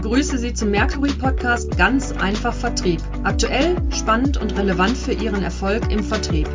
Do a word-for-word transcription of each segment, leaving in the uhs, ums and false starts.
begrüße Sie zum Mercury Podcast Ganz einfach Vertrieb. Aktuell, spannend und relevant für Ihren Erfolg im Vertrieb.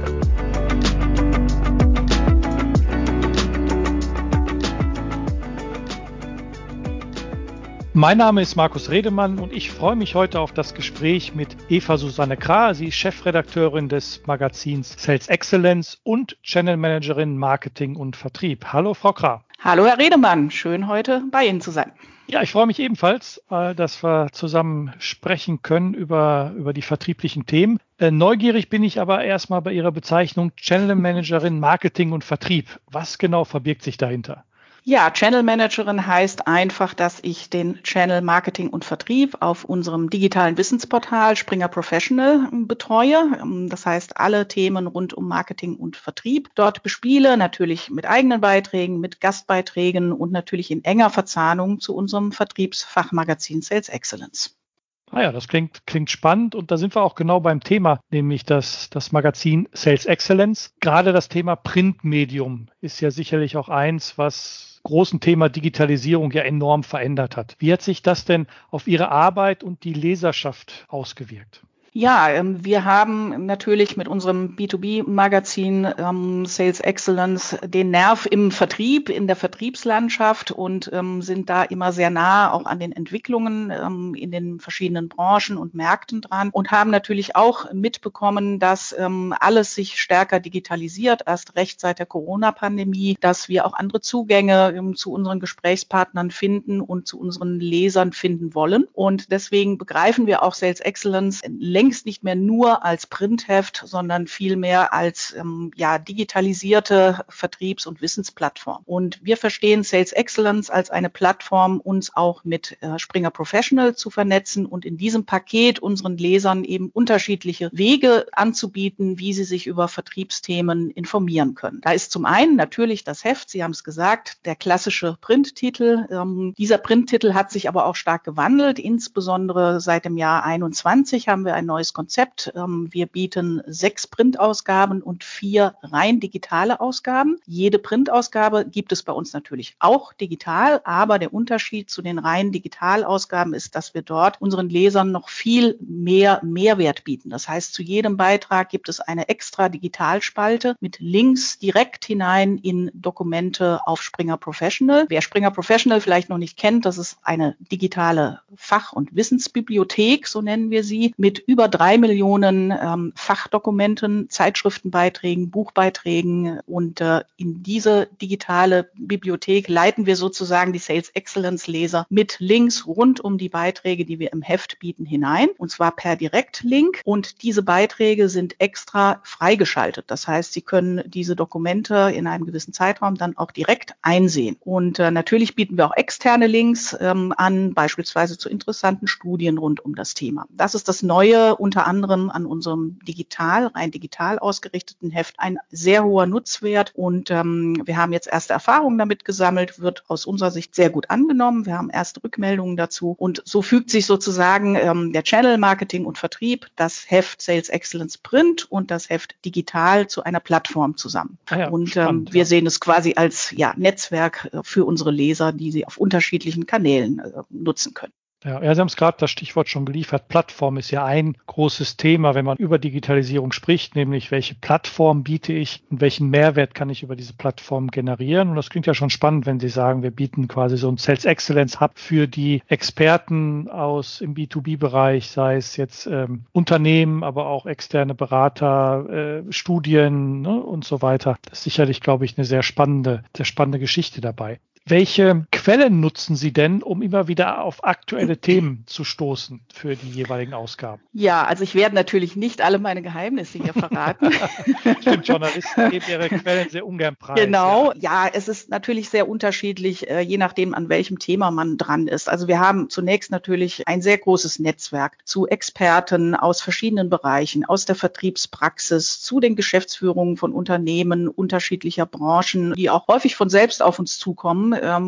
Mein Name ist Markus Redemann und ich freue mich heute auf das Gespräch mit Eva Susanne Krah. Sie ist Chefredakteurin des Magazins Sales Excellence und Channel Managerin Marketing und Vertrieb. Hallo, Frau Krah. Hallo, Herr Redemann. Schön, heute bei Ihnen zu sein. Ja, ich freue mich ebenfalls, dass wir zusammen sprechen können über, über die vertrieblichen Themen. Neugierig bin ich aber erstmal bei Ihrer Bezeichnung Channel Managerin Marketing und Vertrieb. Was genau verbirgt sich dahinter? Ja, Channel Managerin heißt einfach, dass ich den Channel Marketing und Vertrieb auf unserem digitalen Wissensportal Springer Professional betreue. Das heißt, alle Themen rund um Marketing und Vertrieb dort bespiele, natürlich mit eigenen Beiträgen, mit Gastbeiträgen und natürlich in enger Verzahnung zu unserem Vertriebsfachmagazin Sales Excellence. Ah ja, das klingt, klingt spannend und da sind wir auch genau beim Thema, nämlich das, das Magazin Sales Excellence. Gerade das Thema Printmedium ist ja sicherlich auch eins, was großen Thema Digitalisierung ja enorm verändert hat. Wie hat sich das denn auf Ihre Arbeit und die Leserschaft ausgewirkt? Ja, wir haben natürlich mit unserem B zwei B-Magazin ähm, Sales Excellence den Nerv im Vertrieb, in der Vertriebslandschaft und ähm, sind da immer sehr nah auch an den Entwicklungen ähm, in den verschiedenen Branchen und Märkten dran und haben natürlich auch mitbekommen, dass ähm, alles sich stärker digitalisiert, erst recht seit der Corona-Pandemie, dass wir auch andere Zugänge ähm, zu unseren Gesprächspartnern finden und zu unseren Lesern finden wollen. Und deswegen begreifen wir auch Sales Excellence längst nicht mehr nur als Printheft, sondern vielmehr als ähm, ja, digitalisierte Vertriebs- und Wissensplattform. Und wir verstehen Sales Excellence als eine Plattform, uns auch mit äh, Springer Professional zu vernetzen und in diesem Paket unseren Lesern eben unterschiedliche Wege anzubieten, wie sie sich über Vertriebsthemen informieren können. Da ist zum einen natürlich das Heft, Sie haben es gesagt, der klassische Printtitel. Ähm, dieser Printtitel hat sich aber auch stark gewandelt, insbesondere seit dem Jahr einundzwanzig haben wir ein neues Konzept. Wir bieten sechs Printausgaben und vier rein digitale Ausgaben. Jede Printausgabe gibt es bei uns natürlich auch digital, aber der Unterschied zu den rein Digitalausgaben ist, dass wir dort unseren Lesern noch viel mehr Mehrwert bieten. Das heißt, zu jedem Beitrag gibt es eine extra Digitalspalte mit Links direkt hinein in Dokumente auf Springer Professional. Wer Springer Professional vielleicht noch nicht kennt, das ist eine digitale Fach- und Wissensbibliothek, so nennen wir sie, mit über drei Millionen ähm, Fachdokumenten, Zeitschriftenbeiträgen, Buchbeiträgen und äh, in diese digitale Bibliothek leiten wir sozusagen die Sales Excellence Leser mit Links rund um die Beiträge, die wir im Heft bieten, hinein und zwar per Direktlink und diese Beiträge sind extra freigeschaltet. Das heißt, Sie können diese Dokumente in einem gewissen Zeitraum dann auch direkt einsehen und äh, natürlich bieten wir auch externe Links ähm, an, beispielsweise zu interessanten Studien rund um das Thema. Das ist das Neue, unter anderem an unserem digital, rein digital ausgerichteten Heft, ein sehr hoher Nutzwert und ähm, wir haben jetzt erste Erfahrungen damit gesammelt, wird aus unserer Sicht sehr gut angenommen. Wir haben erste Rückmeldungen dazu und so fügt sich sozusagen ähm, der Channel Marketing und Vertrieb, das Heft Sales Excellence Print und das Heft digital zu einer Plattform zusammen. Ah ja, und spannend, ähm, wir ja. sehen es quasi als ja, Netzwerk für unsere Leser, die sie auf unterschiedlichen Kanälen äh, nutzen können. Ja, Sie haben es gerade das Stichwort schon geliefert. Plattform ist ja ein großes Thema, wenn man über Digitalisierung spricht, nämlich welche Plattform biete ich und welchen Mehrwert kann ich über diese Plattform generieren. Und das klingt ja schon spannend, wenn Sie sagen, wir bieten quasi so einen Sales Excellence Hub für die Experten aus im B zwei B-Bereich, sei es jetzt ähm, Unternehmen, aber auch externe Berater, äh, Studien, ne, und so weiter. Das ist sicherlich, glaube ich, eine sehr spannende, sehr spannende Geschichte dabei. Welche Quellen nutzen Sie denn, um immer wieder auf aktuelle Themen zu stoßen für die jeweiligen Ausgaben? Ja, also ich werde natürlich nicht alle meine Geheimnisse hier verraten. Stimmt, Journalisten geben ihre Quellen sehr ungern preis. Genau, ja. ja, es ist natürlich sehr unterschiedlich, äh, je nachdem, an welchem Thema man dran ist. Also wir haben zunächst natürlich ein sehr großes Netzwerk zu Experten aus verschiedenen Bereichen, aus der Vertriebspraxis, zu den Geschäftsführungen von Unternehmen unterschiedlicher Branchen, die auch häufig von selbst auf uns zukommen, ähm,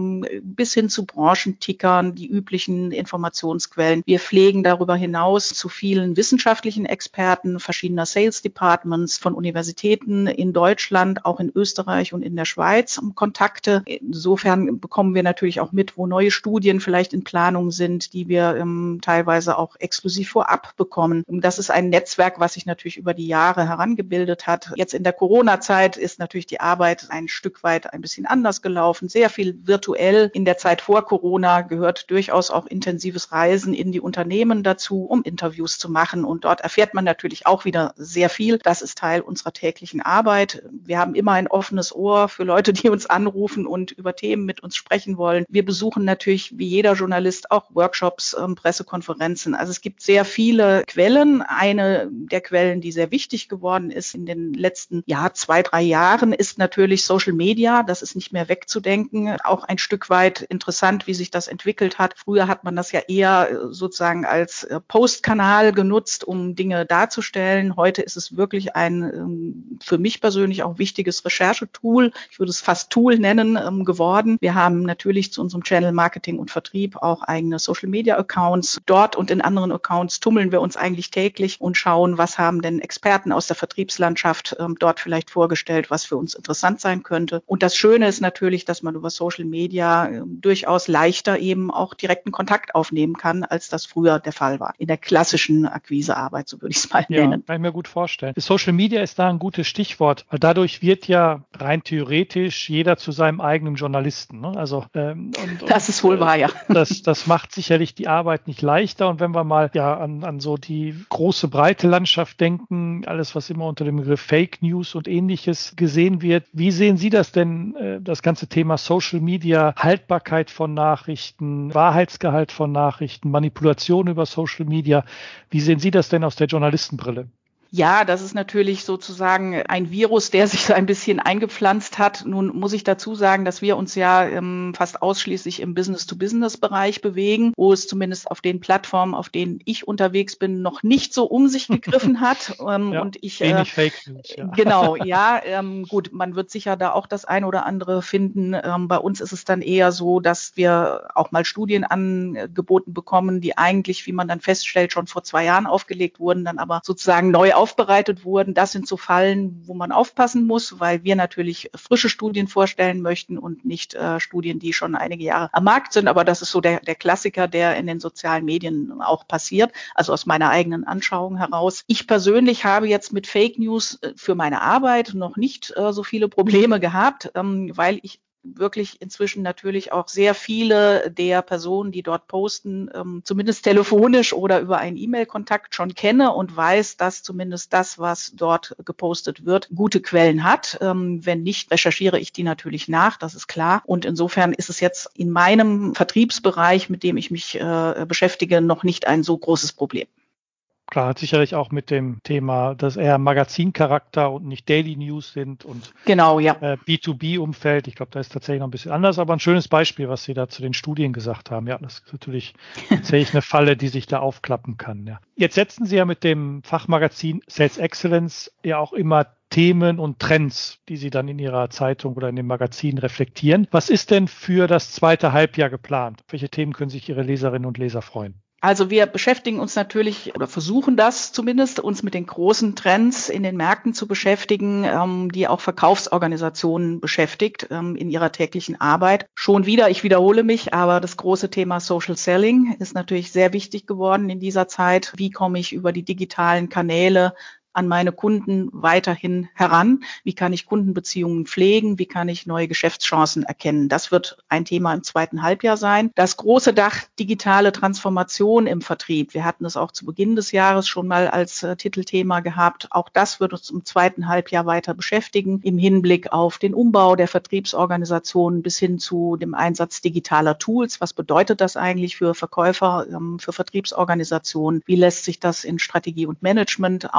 bis hin zu Branchentickern, die üblichen Informationsquellen. Wir pflegen darüber hinaus zu vielen wissenschaftlichen Experten verschiedener Sales Departments von Universitäten in Deutschland, auch in Österreich und in der Schweiz Kontakte. Insofern bekommen wir natürlich auch mit, wo neue Studien vielleicht in Planung sind, die wir ähm, teilweise auch exklusiv vorab bekommen. Das ist ein Netzwerk, was sich natürlich über die Jahre herangebildet hat. Jetzt in der Corona-Zeit ist natürlich die Arbeit ein Stück weit ein bisschen anders gelaufen, sehr viel virtuell. In der Zeit vor Corona gehört durchaus auch intensives Reisen in die Unternehmen dazu, um Interviews zu machen. Und dort erfährt man natürlich auch wieder sehr viel. Das ist Teil unserer täglichen Arbeit. Wir haben immer ein offenes Ohr für Leute, die uns anrufen und über Themen mit uns sprechen wollen. Wir besuchen natürlich wie jeder Journalist auch Workshops, ähm, Pressekonferenzen. Also es gibt sehr viele Quellen. Eine der Quellen, die sehr wichtig geworden ist in den letzten ja, zwei, drei Jahren, ist natürlich Social Media. Das ist nicht mehr wegzudenken. Auch ein Stück weit interessant, wie sich das entwickelt hat. Früher hat man das ja eher sozusagen als Postkanal genutzt, um Dinge darzustellen. Heute ist es wirklich ein für mich persönlich auch wichtiges Recherchetool. Ich würde es fast Tool nennen, geworden. Wir haben natürlich zu unserem Channel Marketing und Vertrieb auch eigene Social Media Accounts. Dort und in anderen Accounts tummeln wir uns eigentlich täglich und schauen, was haben denn Experten aus der Vertriebslandschaft ähm, dort vielleicht vorgestellt, was für uns interessant sein könnte. Und das Schöne ist natürlich, dass man über Social Media äh, durchaus leichter eben auch direkten Kontakt aufnehmen kann, als das früher der Fall war. In der klassischen Akquisearbeit, so würde ich es mal ja, nennen. Kann ich mir gut vorstellen. Social Media ist da ein gutes Stichwort, weil dadurch wird ja rein theoretisch jeder zu seinem eigenen Journalisten. Ne? Also ähm, und, und, das ist wohl wahr, ja. Das, das macht sicherlich die Arbeit nicht leichter. Und wenn wir mal ja an, an so die große breite Landschaft denken, alles, was immer unter dem Begriff Fake News und Ähnliches gesehen wird, wie sehen Sie das denn, äh, das ganze Thema Social Media, Haltbarkeit von Nachrichten, Wahrheitsgehalt von Nachrichten, Manipulation über Social Media? Wie sehen Sie das denn aus der Journalistenbrille? Ja, das ist natürlich sozusagen ein Virus, der sich so ein bisschen eingepflanzt hat. Nun muss ich dazu sagen, dass wir uns ja ähm, fast ausschließlich im Business-to-Business-Bereich bewegen, wo es zumindest auf den Plattformen, auf denen ich unterwegs bin, noch nicht so um sich gegriffen hat. Ähm, ja, und ich wenig äh, Fake News. Ja. Genau, ja, ähm, gut, man wird sicher da auch das ein oder andere finden. Ähm, bei uns ist es dann eher so, dass wir auch mal Studien angeboten bekommen, die eigentlich, wie man dann feststellt, schon vor zwei Jahren aufgelegt wurden, dann aber sozusagen neu aufbereitet wurden. Das sind so Fallen, wo man aufpassen muss, weil wir natürlich frische Studien vorstellen möchten und nicht äh, Studien, die schon einige Jahre am Markt sind. Aber das ist so der, der Klassiker, der in den sozialen Medien auch passiert, also aus meiner eigenen Anschauung heraus. Ich persönlich habe jetzt mit Fake News für meine Arbeit noch nicht äh, so viele Probleme gehabt, ähm, weil ich wirklich inzwischen natürlich auch sehr viele der Personen, die dort posten, ähm, zumindest telefonisch oder über einen E-Mail-Kontakt schon kenne und weiß, dass zumindest das, was dort gepostet wird, gute Quellen hat. Ähm, wenn nicht, recherchiere ich die natürlich nach, das ist klar. Und insofern ist es jetzt in meinem Vertriebsbereich, mit dem ich mich äh, beschäftige, noch nicht ein so großes Problem. Klar, hat sicherlich auch mit dem Thema, dass eher Magazincharakter und nicht Daily News sind und genau, ja. äh, B zwei B-Umfeld. Ich glaube, da ist tatsächlich noch ein bisschen anders, aber ein schönes Beispiel, was Sie da zu den Studien gesagt haben. Ja, das ist natürlich tatsächlich eine Falle, die sich da aufklappen kann. Ja. Jetzt setzen Sie ja mit dem Fachmagazin Sales Excellence ja auch immer Themen und Trends, die Sie dann in Ihrer Zeitung oder in dem Magazin reflektieren. Was ist denn für das zweite Halbjahr geplant? Auf welche Themen können sich Ihre Leserinnen und Leser freuen? Also wir beschäftigen uns natürlich oder versuchen das zumindest, uns mit den großen Trends in den Märkten zu beschäftigen, ähm, die auch Verkaufsorganisationen beschäftigt ähm, in ihrer täglichen Arbeit. Schon wieder, ich wiederhole mich, aber das große Thema Social Selling ist natürlich sehr wichtig geworden in dieser Zeit. Wie komme ich über die digitalen Kanäle an meine Kunden weiterhin heran? Wie kann ich Kundenbeziehungen pflegen? Wie kann ich neue Geschäftschancen erkennen? Das wird ein Thema im zweiten Halbjahr sein. Das große Dach digitale Transformation im Vertrieb. Wir hatten es auch zu Beginn des Jahres schon mal als äh, Titelthema gehabt. Auch das wird uns im zweiten Halbjahr weiter beschäftigen im Hinblick auf den Umbau der Vertriebsorganisation bis hin zu dem Einsatz digitaler Tools. Was bedeutet das eigentlich für Verkäufer, ähm, für Vertriebsorganisationen? Wie lässt sich das in Strategie und Management aufhängen?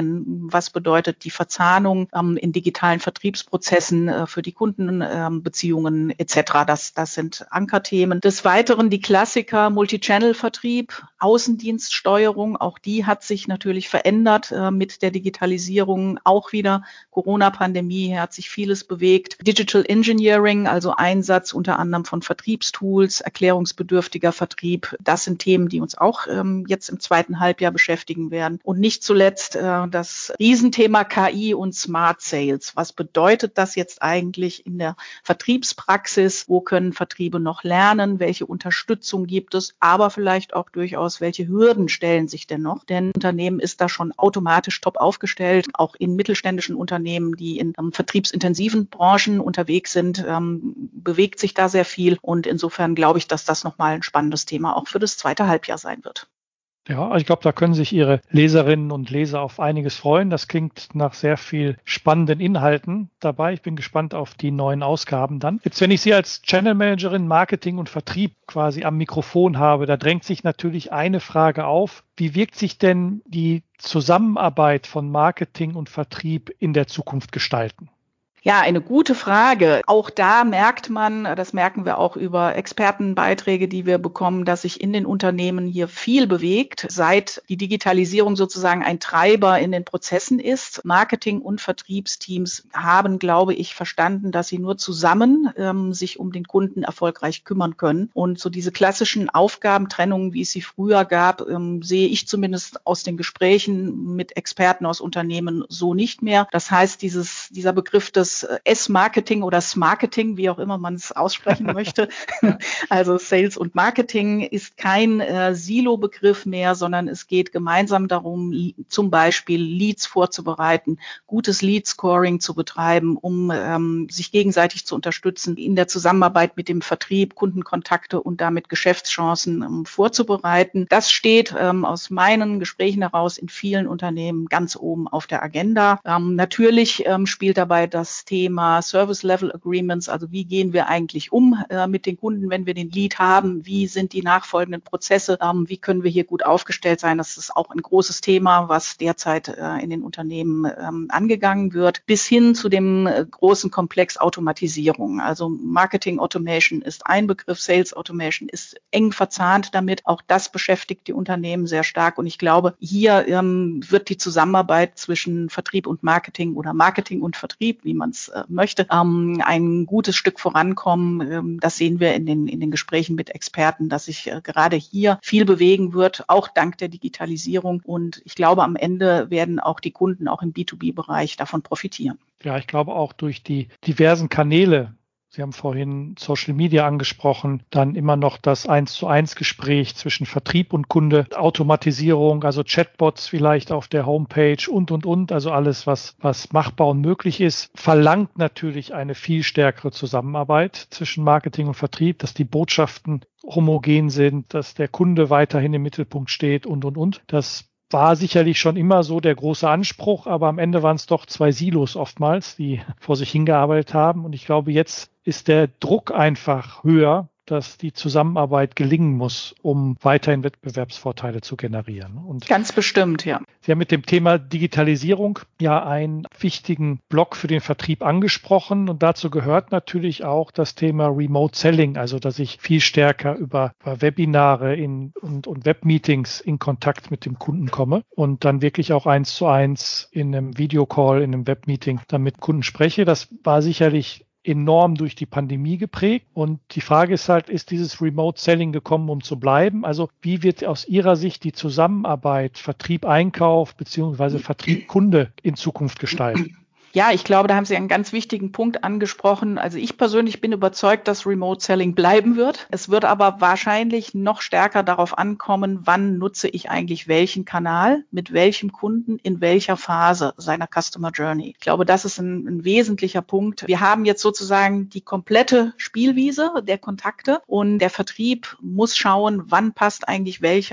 bringen? Was bedeutet die Verzahnung ähm, in digitalen Vertriebsprozessen äh, für die Kundenbeziehungen ähm, et cetera? Das, das sind Ankerthemen. Des Weiteren die Klassiker Multi-Channel-Vertrieb, Außendienststeuerung. Auch die hat sich natürlich verändert äh, mit der Digitalisierung. Auch wieder Corona-Pandemie, hier hat sich vieles bewegt. Digital Engineering, also Einsatz unter anderem von Vertriebstools, erklärungsbedürftiger Vertrieb. Das sind Themen, die uns auch ähm, jetzt im zweiten Halbjahr beschäftigen werden. Und nicht zuletzt äh, das Riesenthema K I und Smart Sales. Was bedeutet das jetzt eigentlich in der Vertriebspraxis? Wo können Vertriebe noch lernen? Welche Unterstützung gibt es? Aber vielleicht auch durchaus, welche Hürden stellen sich denn noch? Denn Unternehmen ist da schon automatisch top aufgestellt. Auch in mittelständischen Unternehmen, die in ähm, vertriebsintensiven Branchen unterwegs sind, ähm, bewegt sich da sehr viel. Und insofern glaube ich, dass das nochmal ein spannendes Thema auch für das zweite Halbjahr sein wird. Ja, ich glaube, da können sich Ihre Leserinnen und Leser auf einiges freuen. Das klingt nach sehr viel spannenden Inhalten dabei. Ich bin gespannt auf die neuen Ausgaben dann. Jetzt, wenn ich Sie als Channel Managerin Marketing und Vertrieb quasi am Mikrofon habe, da drängt sich natürlich eine Frage auf. Wie wirkt sich denn die Zusammenarbeit von Marketing und Vertrieb in der Zukunft gestalten? Ja, eine gute Frage. Auch da merkt man, das merken wir auch über Expertenbeiträge, die wir bekommen, dass sich in den Unternehmen hier viel bewegt, seit die Digitalisierung sozusagen ein Treiber in den Prozessen ist. Marketing- und Vertriebsteams haben, glaube ich, verstanden, dass sie nur zusammen ähm, sich um den Kunden erfolgreich kümmern können. Und so diese klassischen Aufgabentrennungen, wie es sie früher gab, ähm, sehe ich zumindest aus den Gesprächen mit Experten aus Unternehmen so nicht mehr. Das heißt, dieses, dieser Begriff des S-Marketing oder S-Marketing, wie auch immer man es aussprechen möchte. Also Sales und Marketing ist kein äh, Silo-Begriff mehr, sondern es geht gemeinsam darum, zum Beispiel Leads vorzubereiten, gutes Lead-Scoring zu betreiben, um ähm, sich gegenseitig zu unterstützen, in der Zusammenarbeit mit dem Vertrieb, Kundenkontakte und damit Geschäftschancen ähm, vorzubereiten. Das steht ähm, aus meinen Gesprächen heraus in vielen Unternehmen ganz oben auf der Agenda. Ähm, natürlich ähm, spielt dabei das Thema Service Level Agreements, also wie gehen wir eigentlich um äh, mit den Kunden, wenn wir den Lead haben, wie sind die nachfolgenden Prozesse, ähm, wie können wir hier gut aufgestellt sein. Das ist auch ein großes Thema, was derzeit äh, in den Unternehmen ähm, angegangen wird, bis hin zu dem äh, großen Komplex Automatisierung. Also Marketing Automation ist ein Begriff, Sales Automation ist eng verzahnt damit. Auch das beschäftigt die Unternehmen sehr stark und ich glaube, hier ähm, wird die Zusammenarbeit zwischen Vertrieb und Marketing oder Marketing und Vertrieb, wie man es äh, möchte, ähm, ein gutes Stück vorankommen. Ähm, das sehen wir in den, in den Gesprächen mit Experten, dass sich äh, gerade hier viel bewegen wird, auch dank der Digitalisierung. Und ich glaube, am Ende werden auch die Kunden auch im B zwei B-Bereich davon profitieren. Ja, ich glaube auch durch die diversen Kanäle. Sie haben vorhin Social Media angesprochen, dann immer noch das eins zu eins Gespräch zwischen Vertrieb und Kunde, Automatisierung, also Chatbots vielleicht auf der Homepage und, und, und, also alles, was, was machbar und möglich ist, verlangt natürlich eine viel stärkere Zusammenarbeit zwischen Marketing und Vertrieb, dass die Botschaften homogen sind, dass der Kunde weiterhin im Mittelpunkt steht und, und, und. Das war sicherlich schon immer so der große Anspruch, aber am Ende waren es doch zwei Silos oftmals, die vor sich hingearbeitet haben. Und ich glaube, jetzt ist der Druck einfach höher, dass die Zusammenarbeit gelingen muss, um weiterhin Wettbewerbsvorteile zu generieren. Und ganz bestimmt, ja. Sie haben mit dem Thema Digitalisierung ja einen wichtigen Block für den Vertrieb angesprochen und dazu gehört natürlich auch das Thema Remote Selling, also dass ich viel stärker über, über Webinare in, und, und Webmeetings in Kontakt mit dem Kunden komme und dann wirklich auch eins zu eins in einem Videocall, in einem Webmeeting dann mit Kunden spreche. Das war sicherlich enorm durch die Pandemie geprägt. Und die Frage ist halt, ist dieses Remote Selling gekommen, um zu bleiben? Also wie wird aus Ihrer Sicht die Zusammenarbeit Vertrieb-Einkauf beziehungsweise Vertrieb-Kunde in Zukunft gestalten? Ja, ich glaube, da haben Sie einen ganz wichtigen Punkt angesprochen. Also ich persönlich bin überzeugt, dass Remote Selling bleiben wird. Es wird aber wahrscheinlich noch stärker darauf ankommen, wann nutze ich eigentlich welchen Kanal, mit welchem Kunden, in welcher Phase seiner Customer Journey. Ich glaube, das ist ein, ein wesentlicher Punkt. Wir haben jetzt sozusagen die komplette Spielwiese der Kontakte und der Vertrieb muss schauen, wann passt eigentlich welcher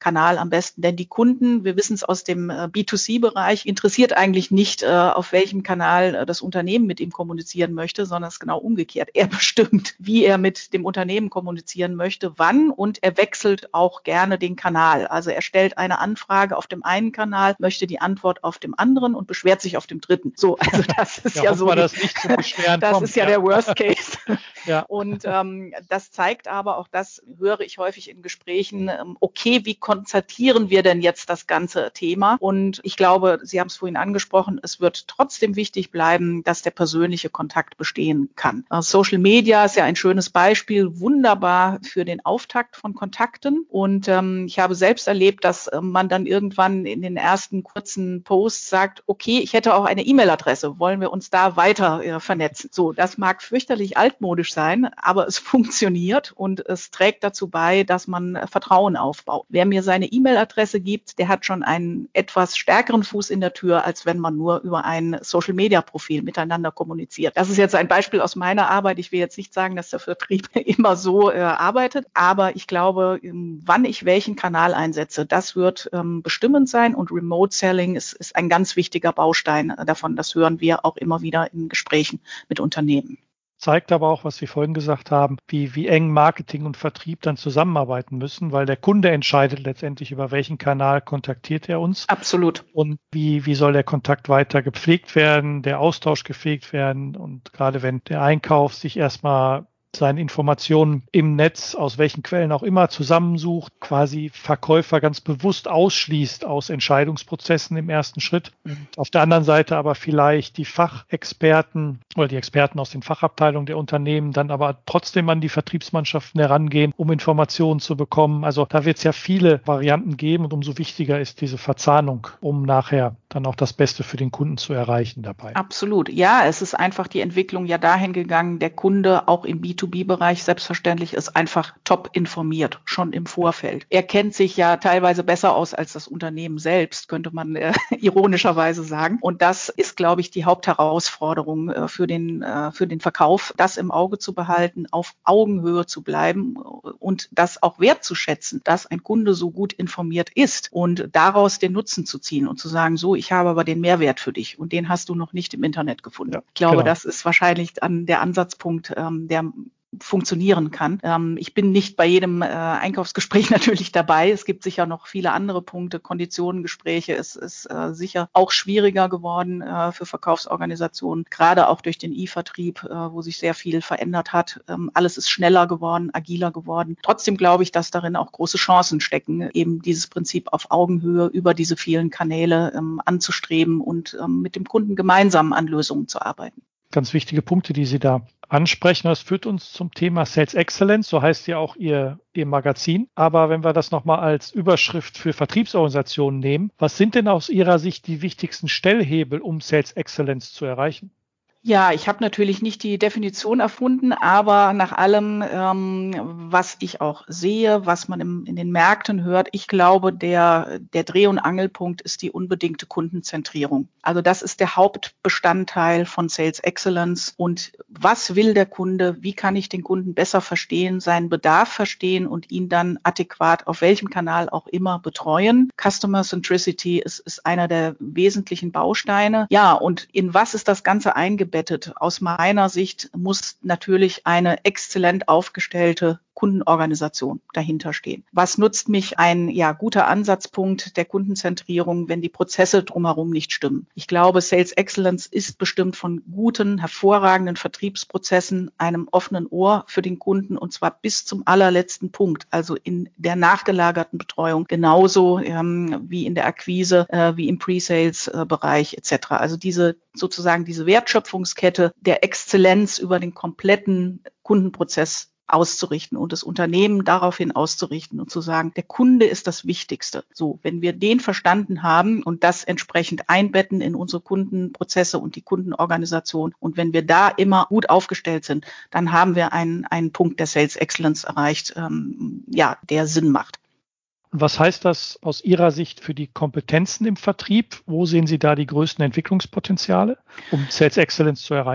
Kanal am besten? Denn die Kunden, wir wissen es aus dem B zwei C-Bereich, interessiert eigentlich nicht, auf welchem Kanal das Unternehmen mit ihm kommunizieren möchte, sondern es ist genau umgekehrt. Er bestimmt, wie er mit dem Unternehmen kommunizieren möchte, wann, und er wechselt auch gerne den Kanal. Also er stellt eine Anfrage auf dem einen Kanal, möchte die Antwort auf dem anderen und beschwert sich auf dem dritten. So, also das ist ja, ja so. Wir, das nicht zum Beschweren das kommt, ist ja, ja der Worst Case. Ja. Und ähm, das zeigt aber, auch das höre ich häufig in Gesprächen, ähm, okay, wie konzertieren wir denn jetzt das ganze Thema? Und ich glaube, Sie haben es vorhin angesprochen, es wird trotzdem wichtig bleiben, dass der persönliche Kontakt bestehen kann. Also Social Media ist ja ein schönes Beispiel, wunderbar für den Auftakt von Kontakten. Und ähm, ich habe selbst erlebt, dass äh, man dann irgendwann in den ersten kurzen Posts sagt, okay, ich hätte auch eine E-Mail-Adresse, wollen wir uns da weiter äh, vernetzen? So, das mag fürchterlich altmodisch sein, aber es funktioniert und es trägt dazu bei, dass man äh, Vertrauen aufbaut. Wer mir seine E-Mail-Adresse gibt, der hat schon einen etwas stärkeren Fuß in der Tür, als wenn man nur über ein Social-Media-Profil miteinander kommuniziert. Das ist jetzt ein Beispiel aus meiner Arbeit. Ich will jetzt nicht sagen, dass der Vertrieb immer so äh, arbeitet, aber ich glaube, ähm, wann ich welchen Kanal einsetze, das wird ähm, bestimmend sein, und Remote Selling ist, ist ein ganz wichtiger Baustein äh, davon. Das hören wir auch immer wieder in Gesprächen mit Unternehmen. Zeigt aber auch, was Sie vorhin gesagt haben, wie, wie eng Marketing und Vertrieb dann zusammenarbeiten müssen, weil der Kunde entscheidet letztendlich, über welchen Kanal kontaktiert er uns. Absolut. Und wie, wie soll der Kontakt weiter gepflegt werden, der Austausch gepflegt werden. Und gerade wenn der Einkauf sich erstmal seine Informationen im Netz, aus welchen Quellen auch immer, zusammensucht, quasi Verkäufer ganz bewusst ausschließt aus Entscheidungsprozessen im ersten Schritt. Und auf der anderen Seite aber vielleicht die Fachexperten oder die Experten aus den Fachabteilungen der Unternehmen dann aber trotzdem an die Vertriebsmannschaften herangehen, um Informationen zu bekommen. Also da wird es ja viele Varianten geben, und umso wichtiger ist diese Verzahnung, um nachher dann auch das Beste für den Kunden zu erreichen dabei. Absolut. Ja, es ist einfach die Entwicklung ja dahin gegangen, der Kunde auch im B zwei B-Bereich selbstverständlich ist einfach top informiert, schon im Vorfeld. Er kennt sich ja teilweise besser aus als das Unternehmen selbst, könnte man äh, ironischerweise sagen. Und das ist, glaube ich, die Hauptherausforderung äh, für den, äh, für den Verkauf, das im Auge zu behalten, auf Augenhöhe zu bleiben und das auch wertzuschätzen, dass ein Kunde so gut informiert ist, und daraus den Nutzen zu ziehen und zu sagen, so, ich habe aber den Mehrwert für dich und den hast du noch nicht im Internet gefunden. Ja, ich glaube, genau. Das ist wahrscheinlich an der Ansatzpunkt, ähm, der funktionieren kann. Ähm, ich bin nicht bei jedem äh, Einkaufsgespräch natürlich dabei. Es gibt sicher noch viele andere Punkte, Konditionen, Gespräche. Es ist äh, sicher auch schwieriger geworden äh, für Verkaufsorganisationen, gerade auch durch den E-Vertrieb, äh, wo sich sehr viel verändert hat. Ähm, alles ist schneller geworden, agiler geworden. Trotzdem glaube ich, dass darin auch große Chancen stecken, eben dieses Prinzip auf Augenhöhe über diese vielen Kanäle ähm, anzustreben und ähm, mit dem Kunden gemeinsam an Lösungen zu arbeiten. Ganz wichtige Punkte, die Sie da ansprechen. Das führt uns zum Thema Sales Excellence, so heißt ja auch Ihr, Ihr Magazin. Aber wenn wir das nochmal als Überschrift für Vertriebsorganisationen nehmen, was sind denn aus Ihrer Sicht die wichtigsten Stellhebel, um Sales Excellence zu erreichen? Ja, ich habe natürlich nicht die Definition erfunden, aber nach allem, ähm, was ich auch sehe, was man im, in den Märkten hört, ich glaube, der, der Dreh- und Angelpunkt ist die unbedingte Kundenzentrierung. Also das ist der Hauptbestandteil von Sales Excellence. Und was will der Kunde? Wie kann ich den Kunden besser verstehen, seinen Bedarf verstehen und ihn dann adäquat auf welchem Kanal auch immer betreuen? Customer Centricity ist, ist einer der wesentlichen Bausteine. Ja, und in was ist das Ganze eingebettet? Aus meiner Sicht muss natürlich eine exzellent aufgestellte Kundenorganisation dahinter stehen. Was nutzt mich ein ja guter Ansatzpunkt der Kundenzentrierung, wenn die Prozesse drumherum nicht stimmen? Ich glaube, Sales Excellence ist bestimmt von guten, hervorragenden Vertriebsprozessen, einem offenen Ohr für den Kunden, und zwar bis zum allerletzten Punkt, also in der nachgelagerten Betreuung, genauso ähm, wie in der Akquise, äh, wie im Pre-Sales-Bereich äh, et cetera. Also diese sozusagen diese Wertschöpfungskette der Exzellenz über den kompletten Kundenprozess auszurichten und das Unternehmen daraufhin auszurichten und zu sagen, der Kunde ist das Wichtigste. So, wenn wir den verstanden haben und das entsprechend einbetten in unsere Kundenprozesse und die Kundenorganisation, und wenn wir da immer gut aufgestellt sind, dann haben wir einen, einen Punkt der Sales Excellence erreicht, ähm, ja, der Sinn macht. Was heißt das aus Ihrer Sicht für die Kompetenzen im Vertrieb? Wo sehen Sie da die größten Entwicklungspotenziale, um Sales Excellence zu erreichen?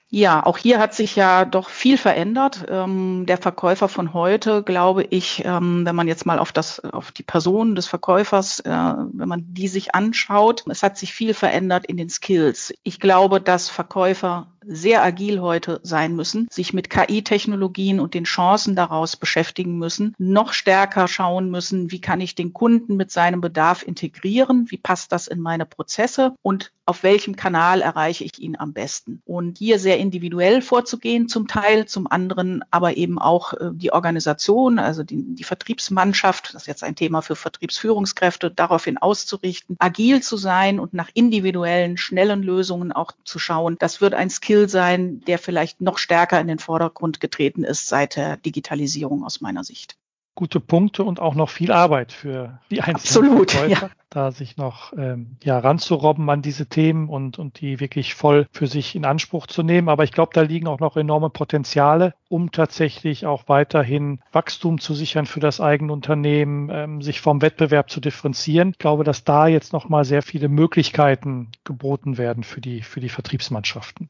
Ja, auch hier hat sich ja doch viel verändert. Ähm, der Verkäufer von heute, glaube ich, ähm, wenn man jetzt mal auf das, auf die Person des Verkäufers, äh, wenn man die sich anschaut, es hat sich viel verändert in den Skills. Ich glaube, dass Verkäufer sehr agil heute sein müssen, sich mit K I-Technologien und den Chancen daraus beschäftigen müssen, noch stärker schauen müssen, wie kann ich den Kunden mit seinem Bedarf integrieren, wie passt das in meine Prozesse und auf welchem Kanal erreiche ich ihn am besten. Und hier sehr individuell vorzugehen zum Teil, zum anderen aber eben auch äh, die Organisation, also die, die Vertriebsmannschaft, das ist jetzt ein Thema für Vertriebsführungskräfte, daraufhin auszurichten, agil zu sein und nach individuellen, schnellen Lösungen auch zu schauen. Das wird ein Skill sein, der vielleicht noch stärker in den Vordergrund getreten ist seit der Digitalisierung aus meiner Sicht. Gute Punkte und auch noch viel Arbeit für die einzelnen Absolut, Verkäufer, ja. da sich noch ähm, ja, ranzurobben an diese Themen und, und die wirklich voll für sich in Anspruch zu nehmen. Aber ich glaube, da liegen auch noch enorme Potenziale, um tatsächlich auch weiterhin Wachstum zu sichern für das eigene Unternehmen, ähm, sich vom Wettbewerb zu differenzieren. Ich glaube, dass da jetzt noch mal sehr viele Möglichkeiten geboten werden für die, für die Vertriebsmannschaften.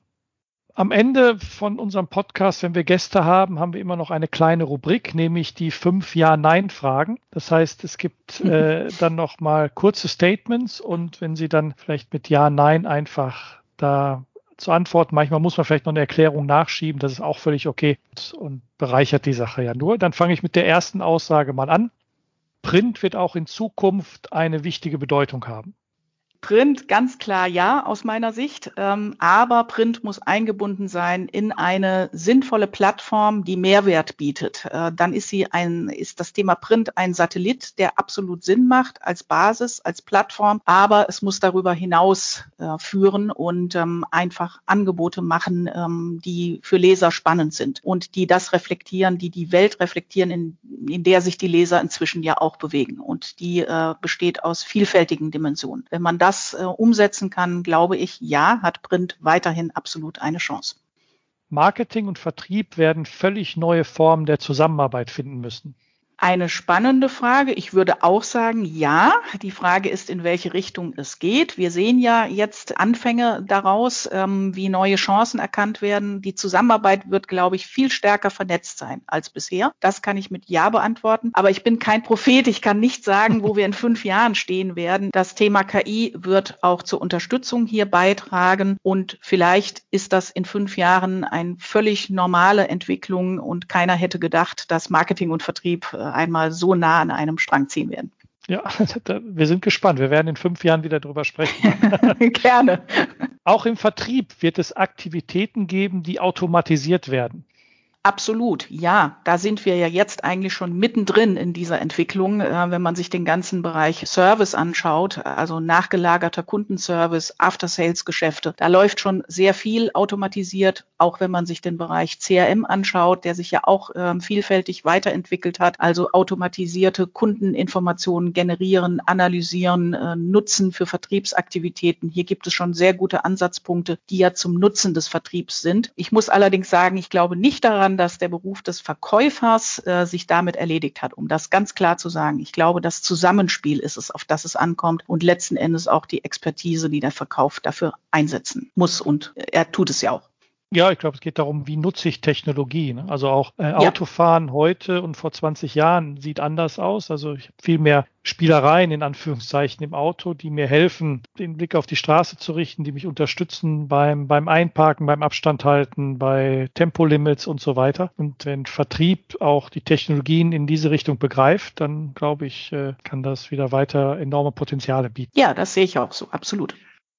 Am Ende von unserem Podcast, wenn wir Gäste haben, haben wir immer noch eine kleine Rubrik, nämlich die fünf Ja-Nein-Fragen. Das heißt, es gibt äh, dann noch mal kurze Statements und wenn Sie dann vielleicht mit Ja, Nein einfach da zu antworten, manchmal muss man vielleicht noch eine Erklärung nachschieben, das ist auch völlig okay und bereichert die Sache ja nur. Dann fange ich mit der ersten Aussage mal an. Print wird auch in Zukunft eine wichtige Bedeutung haben. Print, ganz klar ja, aus meiner Sicht. Ähm, aber Print muss eingebunden sein in eine sinnvolle Plattform, die Mehrwert bietet. Äh, dann ist sie ein, ist das Thema Print ein Satellit, der absolut Sinn macht als Basis, als Plattform. Aber es muss darüber hinaus äh, führen und ähm, einfach Angebote machen, ähm, die für Leser spannend sind und die das reflektieren, die die Welt reflektieren, in, in der sich die Leser inzwischen ja auch bewegen. Und die äh, besteht aus vielfältigen Dimensionen. Wenn man das das äh, umsetzen kann, glaube ich, ja, hat Print weiterhin absolut eine Chance. Marketing und Vertrieb werden völlig neue Formen der Zusammenarbeit finden müssen. Eine spannende Frage. Ich würde auch sagen, ja. Die Frage ist, in welche Richtung es geht. Wir sehen ja jetzt Anfänge daraus, ähm, wie neue Chancen erkannt werden. Die Zusammenarbeit wird, glaube ich, viel stärker vernetzt sein als bisher. Das kann ich mit Ja beantworten. Aber ich bin kein Prophet. Ich kann nicht sagen, wo wir in fünf Jahren stehen werden. Das Thema K I wird auch zur Unterstützung hier beitragen. Und vielleicht ist das in fünf Jahren eine völlig normale Entwicklung und keiner hätte gedacht, dass Marketing und Vertrieb einmal so nah an einem Strang ziehen werden. Ja, wir sind gespannt. Wir werden in fünf Jahren wieder drüber sprechen. Gerne. Auch im Vertrieb wird es Aktivitäten geben, die automatisiert werden. Absolut, ja. Da sind wir ja jetzt eigentlich schon mittendrin in dieser Entwicklung, äh, wenn man sich den ganzen Bereich Service anschaut, also nachgelagerter Kundenservice, After-Sales-Geschäfte. Da läuft schon sehr viel automatisiert, auch wenn man sich den Bereich C R M anschaut, der sich ja auch äh, vielfältig weiterentwickelt hat. Also automatisierte Kundeninformationen generieren, analysieren, äh, nutzen für Vertriebsaktivitäten. Hier gibt es schon sehr gute Ansatzpunkte, die ja zum Nutzen des Vertriebs sind. Ich muss allerdings sagen, ich glaube nicht daran, dass der Beruf des Verkäufers äh, sich damit erledigt hat, um das ganz klar zu sagen. Ich glaube, das Zusammenspiel ist es, auf das es ankommt und letzten Endes auch die Expertise, die der Verkauf dafür einsetzen muss und er tut es ja auch. Ja, ich glaube, es geht darum, wie nutze ich Technologie. Ne? Also auch äh, Autofahren ja. heute und vor zwanzig Jahren sieht anders aus. Also ich habe viel mehr Spielereien in Anführungszeichen im Auto, die mir helfen, den Blick auf die Straße zu richten, die mich unterstützen beim, beim Einparken, beim Abstand halten, bei Tempolimits und so weiter. Und wenn Vertrieb auch die Technologien in diese Richtung begreift, dann glaube ich, äh, kann das wieder weiter enorme Potenziale bieten. Ja, das sehe ich auch so, absolut.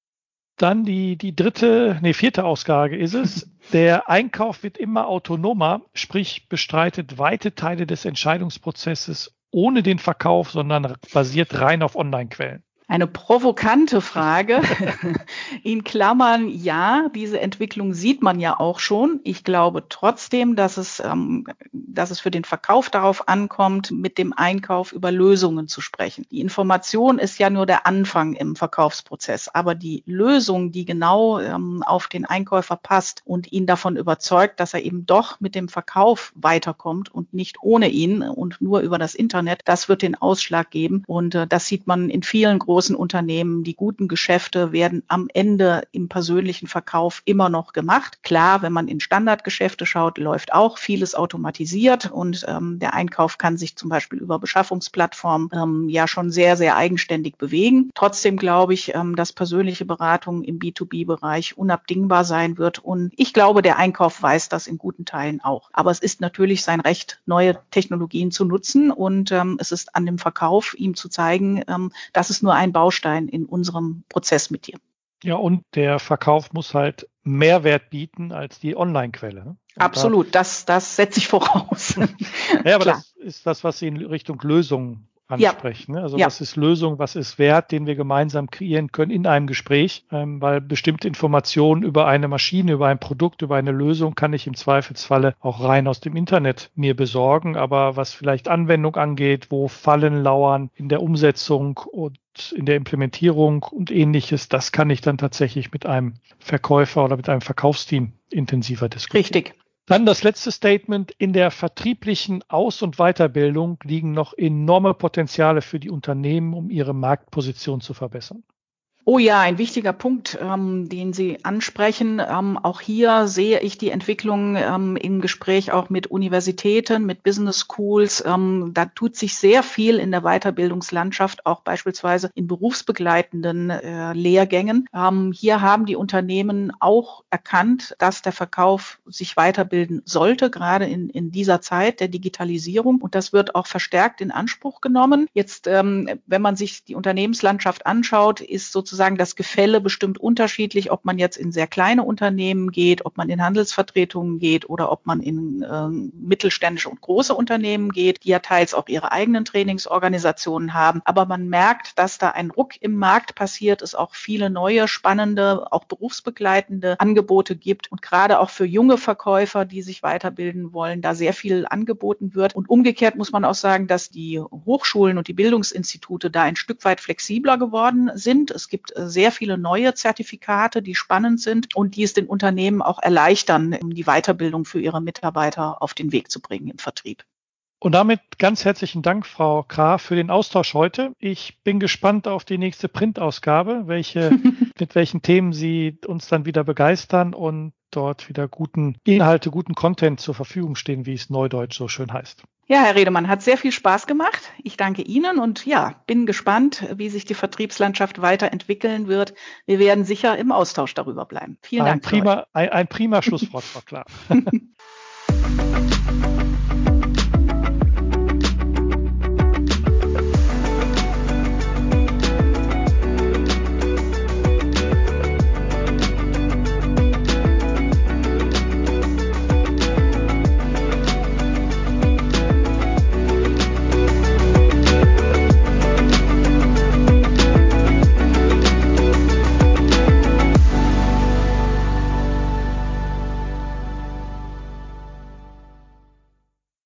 Dann die, die dritte, nee, vierte Ausgabe ist es. Der Einkauf wird immer autonomer, sprich bestreitet weite Teile des Entscheidungsprozesses ohne den Verkauf, sondern basiert rein auf Online-Quellen. Eine provokante Frage. In Klammern, ja, diese Entwicklung sieht man ja auch schon. Ich glaube trotzdem, dass es, ähm, dass es für den Verkauf darauf ankommt, mit dem Einkauf über Lösungen zu sprechen. Die Information ist ja nur der Anfang im Verkaufsprozess, aber die Lösung, die genau ähm, auf den Einkäufer passt und ihn davon überzeugt, dass er eben doch mit dem Verkauf weiterkommt und nicht ohne ihn und nur über das Internet, das wird den Ausschlag geben. Und äh, das sieht man in vielen großen großen Unternehmen, die guten Geschäfte werden am Ende im persönlichen Verkauf immer noch gemacht. Klar, wenn man in Standardgeschäfte schaut, läuft auch vieles automatisiert und ähm, der Einkauf kann sich zum Beispiel über Beschaffungsplattformen ähm, ja schon sehr, sehr eigenständig bewegen. Trotzdem glaube ich, ähm, dass persönliche Beratung im B zwei B-Bereich unabdingbar sein wird und ich glaube, der Einkauf weiß das in guten Teilen auch. Aber es ist natürlich sein Recht, neue Technologien zu nutzen und ähm, es ist an dem Verkauf, ihm zu zeigen, ähm, das ist nur ein Baustein in unserem Prozess mit dir. Ja, und der Verkauf muss halt Mehrwert bieten als die Online-Quelle. Und Absolut, da, das, das setze ich voraus. Ja, aber das ist das, was Sie in Richtung Lösung ansprechen. Ja. Also ja. Was ist Lösung, was ist Wert, den wir gemeinsam kreieren können in einem Gespräch, ähm, weil bestimmte Informationen über eine Maschine, über ein Produkt, über eine Lösung kann ich im Zweifelsfalle auch rein aus dem Internet mir besorgen, aber was vielleicht Anwendung angeht, wo Fallen lauern in der Umsetzung und in der Implementierung und Ähnliches, das kann ich dann tatsächlich mit einem Verkäufer oder mit einem Verkaufsteam intensiver diskutieren. Richtig. Dann das letzte Statement. In der vertrieblichen Aus- und Weiterbildung liegen noch enorme Potenziale für die Unternehmen, um ihre Marktposition zu verbessern. Oh ja, ein wichtiger Punkt, ähm, den Sie ansprechen. Ähm, auch hier sehe ich die Entwicklung ähm, im Gespräch auch mit Universitäten, mit Business Schools. Ähm, da tut sich sehr viel in der Weiterbildungslandschaft, auch beispielsweise in berufsbegleitenden äh, Lehrgängen. Ähm, hier haben die Unternehmen auch erkannt, dass der Verkauf sich weiterbilden sollte, gerade in, in dieser Zeit der Digitalisierung. Und das wird auch verstärkt in Anspruch genommen. Jetzt, ähm, wenn man sich die Unternehmenslandschaft anschaut, ist sozusagen sozusagen das Gefälle bestimmt unterschiedlich, ob man jetzt in sehr kleine Unternehmen geht, ob man in Handelsvertretungen geht oder ob man in äh, mittelständische und große Unternehmen geht, die ja teils auch ihre eigenen Trainingsorganisationen haben. Aber man merkt, dass da ein Ruck im Markt passiert, es auch viele neue, spannende, auch berufsbegleitende Angebote gibt und gerade auch für junge Verkäufer, die sich weiterbilden wollen, da sehr viel angeboten wird. Und umgekehrt muss man auch sagen, dass die Hochschulen und die Bildungsinstitute da ein Stück weit flexibler geworden sind. Es gibt sehr viele neue Zertifikate, die spannend sind und die es den Unternehmen auch erleichtern, die Weiterbildung für ihre Mitarbeiter auf den Weg zu bringen im Vertrieb. Und damit ganz herzlichen Dank, Frau Krah, für den Austausch heute. Ich bin gespannt auf die nächste Printausgabe, welche, mit welchen Themen Sie uns dann wieder begeistern und dort wieder guten Inhalte, guten Content zur Verfügung stehen, wie es neudeutsch so schön heißt. Ja, Herr Redemann, hat sehr viel Spaß gemacht. Ich danke Ihnen und ja, bin gespannt, wie sich die Vertriebslandschaft weiterentwickeln wird. Wir werden sicher im Austausch darüber bleiben. Vielen ein Dank. Prima, ein, ein prima Schlusswort, Frau Krah.